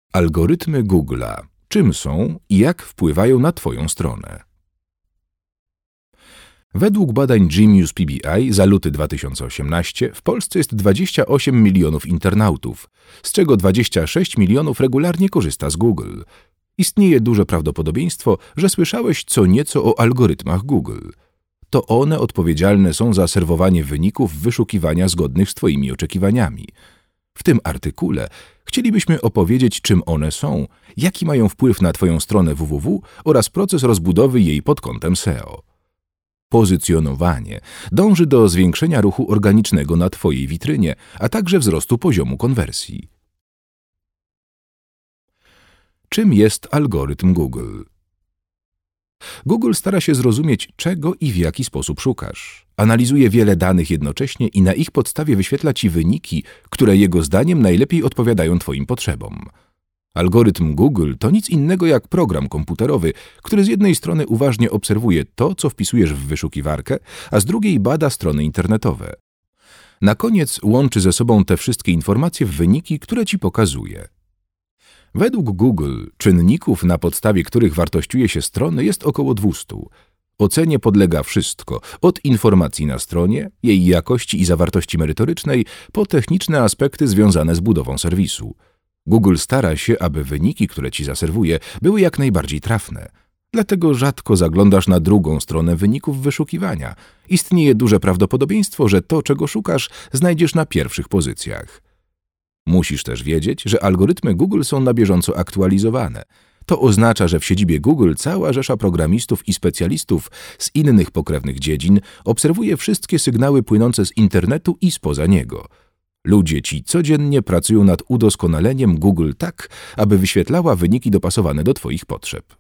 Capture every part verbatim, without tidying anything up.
Algorytmy Google'a. Czym są i jak wpływają na Twoją stronę? Według badań Genius P B I za luty dwa tysiące osiemnasty w Polsce jest dwadzieścia osiem milionów internautów, z czego dwadzieścia sześć milionów regularnie korzysta z Google. Istnieje duże prawdopodobieństwo, że słyszałeś co nieco o algorytmach Google. To one odpowiedzialne są za serwowanie wyników wyszukiwania zgodnych z Twoimi oczekiwaniami. W tym artykule chcielibyśmy opowiedzieć, czym one są, jaki mają wpływ na Twoją stronę www oraz proces rozbudowy jej pod kątem S E O. Pozycjonowanie dąży do zwiększenia ruchu organicznego na Twojej witrynie, a także wzrostu poziomu konwersji. Czym jest algorytm Google? Google stara się zrozumieć, czego i w jaki sposób szukasz. Analizuje wiele danych jednocześnie i na ich podstawie wyświetla Ci wyniki, które jego zdaniem najlepiej odpowiadają Twoim potrzebom. Algorytm Google to nic innego jak program komputerowy, który z jednej strony uważnie obserwuje to, co wpisujesz w wyszukiwarkę, a z drugiej bada strony internetowe. Na koniec łączy ze sobą te wszystkie informacje w wyniki, które Ci pokazuje. Według Google czynników, na podstawie których wartościuje się strony, jest około dwieście. Ocenie podlega wszystko, od informacji na stronie, jej jakości i zawartości merytorycznej, po techniczne aspekty związane z budową serwisu. Google stara się, aby wyniki, które Ci zaserwuje, były jak najbardziej trafne. Dlatego rzadko zaglądasz na drugą stronę wyników wyszukiwania. Istnieje duże prawdopodobieństwo, że to, czego szukasz, znajdziesz na pierwszych pozycjach. Musisz też wiedzieć, że algorytmy Google są na bieżąco aktualizowane. To oznacza, że w siedzibie Google cała rzesza programistów i specjalistów z innych pokrewnych dziedzin obserwuje wszystkie sygnały płynące z internetu i spoza niego. Ludzie ci codziennie pracują nad udoskonaleniem Google tak, aby wyświetlała wyniki dopasowane do Twoich potrzeb.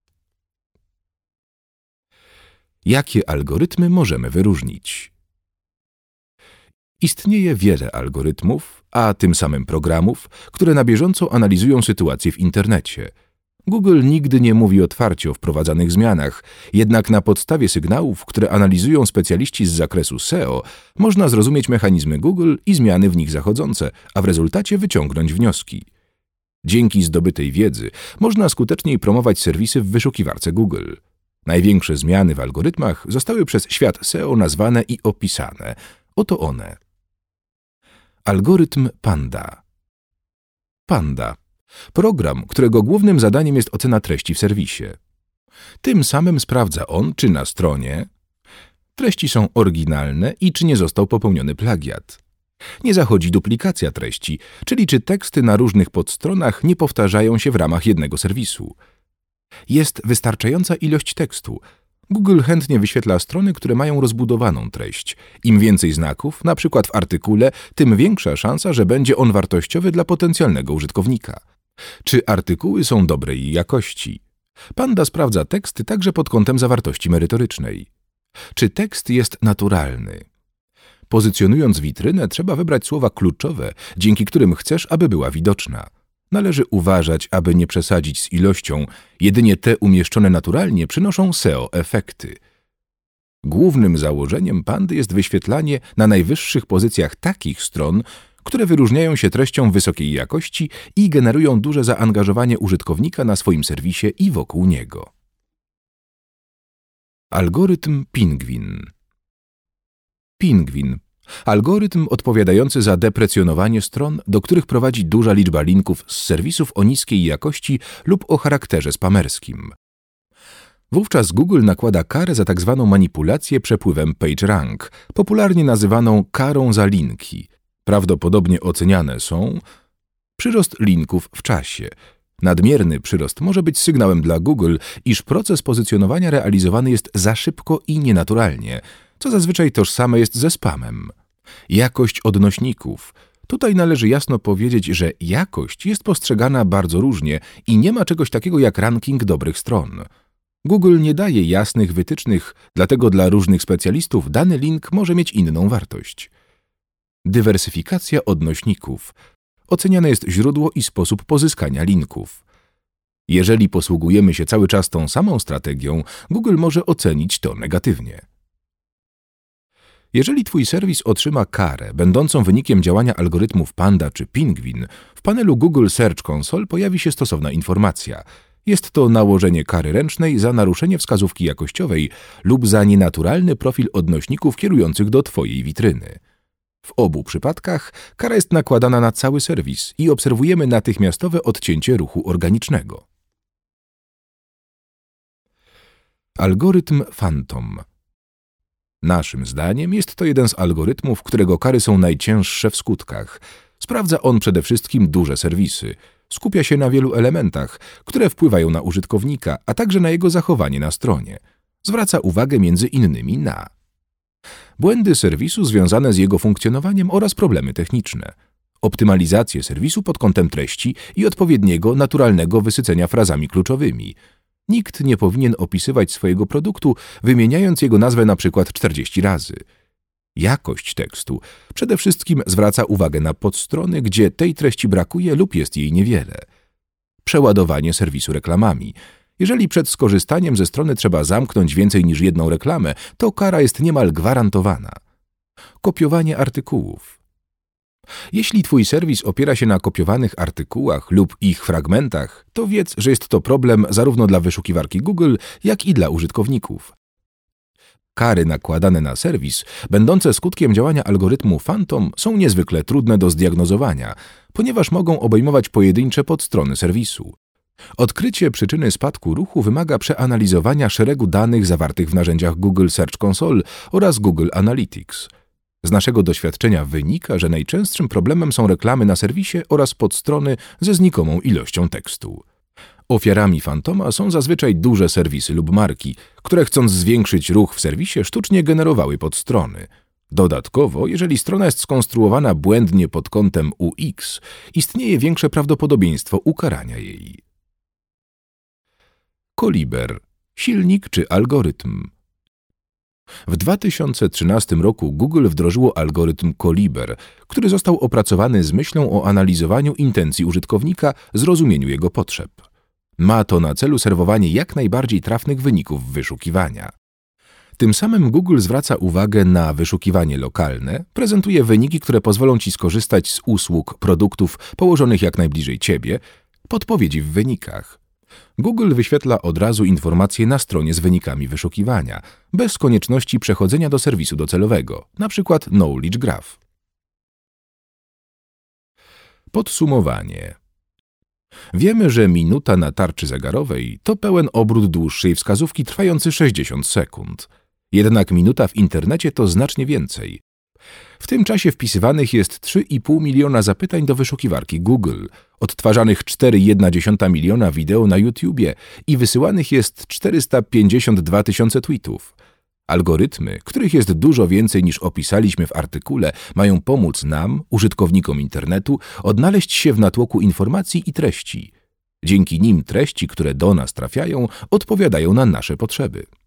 Jakie algorytmy możemy wyróżnić? Istnieje wiele algorytmów, a tym samym programów, które na bieżąco analizują sytuację w internecie. Google nigdy nie mówi otwarcie o wprowadzanych zmianach, jednak na podstawie sygnałów, które analizują specjaliści z zakresu S E O, można zrozumieć mechanizmy Google i zmiany w nich zachodzące, a w rezultacie wyciągnąć wnioski. Dzięki zdobytej wiedzy można skuteczniej promować serwisy w wyszukiwarce Google. Największe zmiany w algorytmach zostały przez świat S E O nazwane i opisane. Oto one. Algorytm Panda. Panda. Program, którego głównym zadaniem jest ocena treści w serwisie. Tym samym sprawdza on, czy na stronie treści są oryginalne i czy nie został popełniony plagiat. Nie zachodzi duplikacja treści, czyli czy teksty na różnych podstronach nie powtarzają się w ramach jednego serwisu. Jest wystarczająca ilość tekstu. Google chętnie wyświetla strony, które mają rozbudowaną treść. Im więcej znaków, na przykład w artykule, tym większa szansa, że będzie on wartościowy dla potencjalnego użytkownika. Czy artykuły są dobrej jakości? Panda sprawdza teksty także pod kątem zawartości merytorycznej. Czy tekst jest naturalny? Pozycjonując witrynę, trzeba wybrać słowa kluczowe, dzięki którym chcesz, aby była widoczna. Należy uważać, aby nie przesadzić z ilością. Jedynie te umieszczone naturalnie przynoszą S E O efekty. Głównym założeniem Pandy jest wyświetlanie na najwyższych pozycjach takich stron, które wyróżniają się treścią wysokiej jakości i generują duże zaangażowanie użytkownika na swoim serwisie i wokół niego. Algorytm Pingwin. Pingwin. Algorytm odpowiadający za deprecjonowanie stron, do których prowadzi duża liczba linków z serwisów o niskiej jakości lub o charakterze spamerskim. Wówczas Google nakłada karę za tzw. manipulację przepływem PageRank, popularnie nazywaną karą za linki. Prawdopodobnie oceniane są przyrost linków w czasie. Nadmierny przyrost może być sygnałem dla Google, iż proces pozycjonowania realizowany jest za szybko i nienaturalnie, co zazwyczaj tożsame jest ze spamem. Jakość odnośników. Tutaj należy jasno powiedzieć, że jakość jest postrzegana bardzo różnie i nie ma czegoś takiego jak ranking dobrych stron. Google nie daje jasnych wytycznych, dlatego dla różnych specjalistów dany link może mieć inną wartość. Dywersyfikacja odnośników. Oceniane jest źródło i sposób pozyskania linków. Jeżeli posługujemy się cały czas tą samą strategią, Google może ocenić to negatywnie. Jeżeli Twój serwis otrzyma karę będącą wynikiem działania algorytmów Panda czy Pingwin, w panelu Google Search Console pojawi się stosowna informacja. Jest to nałożenie kary ręcznej za naruszenie wskazówki jakościowej lub za nienaturalny profil odnośników kierujących do Twojej witryny. W obu przypadkach kara jest nakładana na cały serwis i obserwujemy natychmiastowe odcięcie ruchu organicznego. Algorytm Phantom. Naszym zdaniem jest to jeden z algorytmów, którego kary są najcięższe w skutkach. Sprawdza on przede wszystkim duże serwisy. Skupia się na wielu elementach, które wpływają na użytkownika, a także na jego zachowanie na stronie. Zwraca uwagę między innymi na błędy serwisu związane z jego funkcjonowaniem oraz problemy techniczne, optymalizację serwisu pod kątem treści i odpowiedniego, naturalnego wysycenia frazami kluczowymi. Nikt nie powinien opisywać swojego produktu, wymieniając jego nazwę na przykład czterdzieści razy. Jakość tekstu przede wszystkim zwraca uwagę na podstrony, gdzie tej treści brakuje lub jest jej niewiele. Przeładowanie serwisu reklamami. Jeżeli przed skorzystaniem ze strony trzeba zamknąć więcej niż jedną reklamę, to kara jest niemal gwarantowana. Kopiowanie artykułów. Jeśli Twój serwis opiera się na kopiowanych artykułach lub ich fragmentach, to wiedz, że jest to problem zarówno dla wyszukiwarki Google, jak i dla użytkowników. Kary nakładane na serwis, będące skutkiem działania algorytmu Phantom, są niezwykle trudne do zdiagnozowania, ponieważ mogą obejmować pojedyncze podstrony serwisu. Odkrycie przyczyny spadku ruchu wymaga przeanalizowania szeregu danych zawartych w narzędziach Google Search Console oraz Google Analytics. Z naszego doświadczenia wynika, że najczęstszym problemem są reklamy na serwisie oraz podstrony ze znikomą ilością tekstu. Ofiarami Phantoma są zazwyczaj duże serwisy lub marki, które chcąc zwiększyć ruch w serwisie sztucznie generowały podstrony. Dodatkowo, jeżeli strona jest skonstruowana błędnie pod kątem U X, istnieje większe prawdopodobieństwo ukarania jej. Koliber. Silnik czy algorytm? W dwa tysiące trzynastym roku Google wdrożyło algorytm Koliber, który został opracowany z myślą o analizowaniu intencji użytkownika, zrozumieniu jego potrzeb. Ma to na celu serwowanie jak najbardziej trafnych wyników wyszukiwania. Tym samym Google zwraca uwagę na wyszukiwanie lokalne, prezentuje wyniki, które pozwolą Ci skorzystać z usług, produktów położonych jak najbliżej Ciebie, podpowiedzi w wynikach. Google wyświetla od razu informacje na stronie z wynikami wyszukiwania, bez konieczności przechodzenia do serwisu docelowego, np. Knowledge Graph. Podsumowanie. Wiemy, że minuta na tarczy zegarowej to pełen obrót dłuższej wskazówki trwający sześćdziesiąt sekund. Jednak minuta w internecie to znacznie więcej. W tym czasie wpisywanych jest trzy i pół miliona zapytań do wyszukiwarki Google, odtwarzanych cztery i jedna dziesiąta miliona wideo na YouTubie i wysyłanych jest czterysta pięćdziesiąt dwa tysiące tweetów. Algorytmy, których jest dużo więcej niż opisaliśmy w artykule, mają pomóc nam, użytkownikom internetu, odnaleźć się w natłoku informacji i treści. Dzięki nim treści, które do nas trafiają, odpowiadają na nasze potrzeby.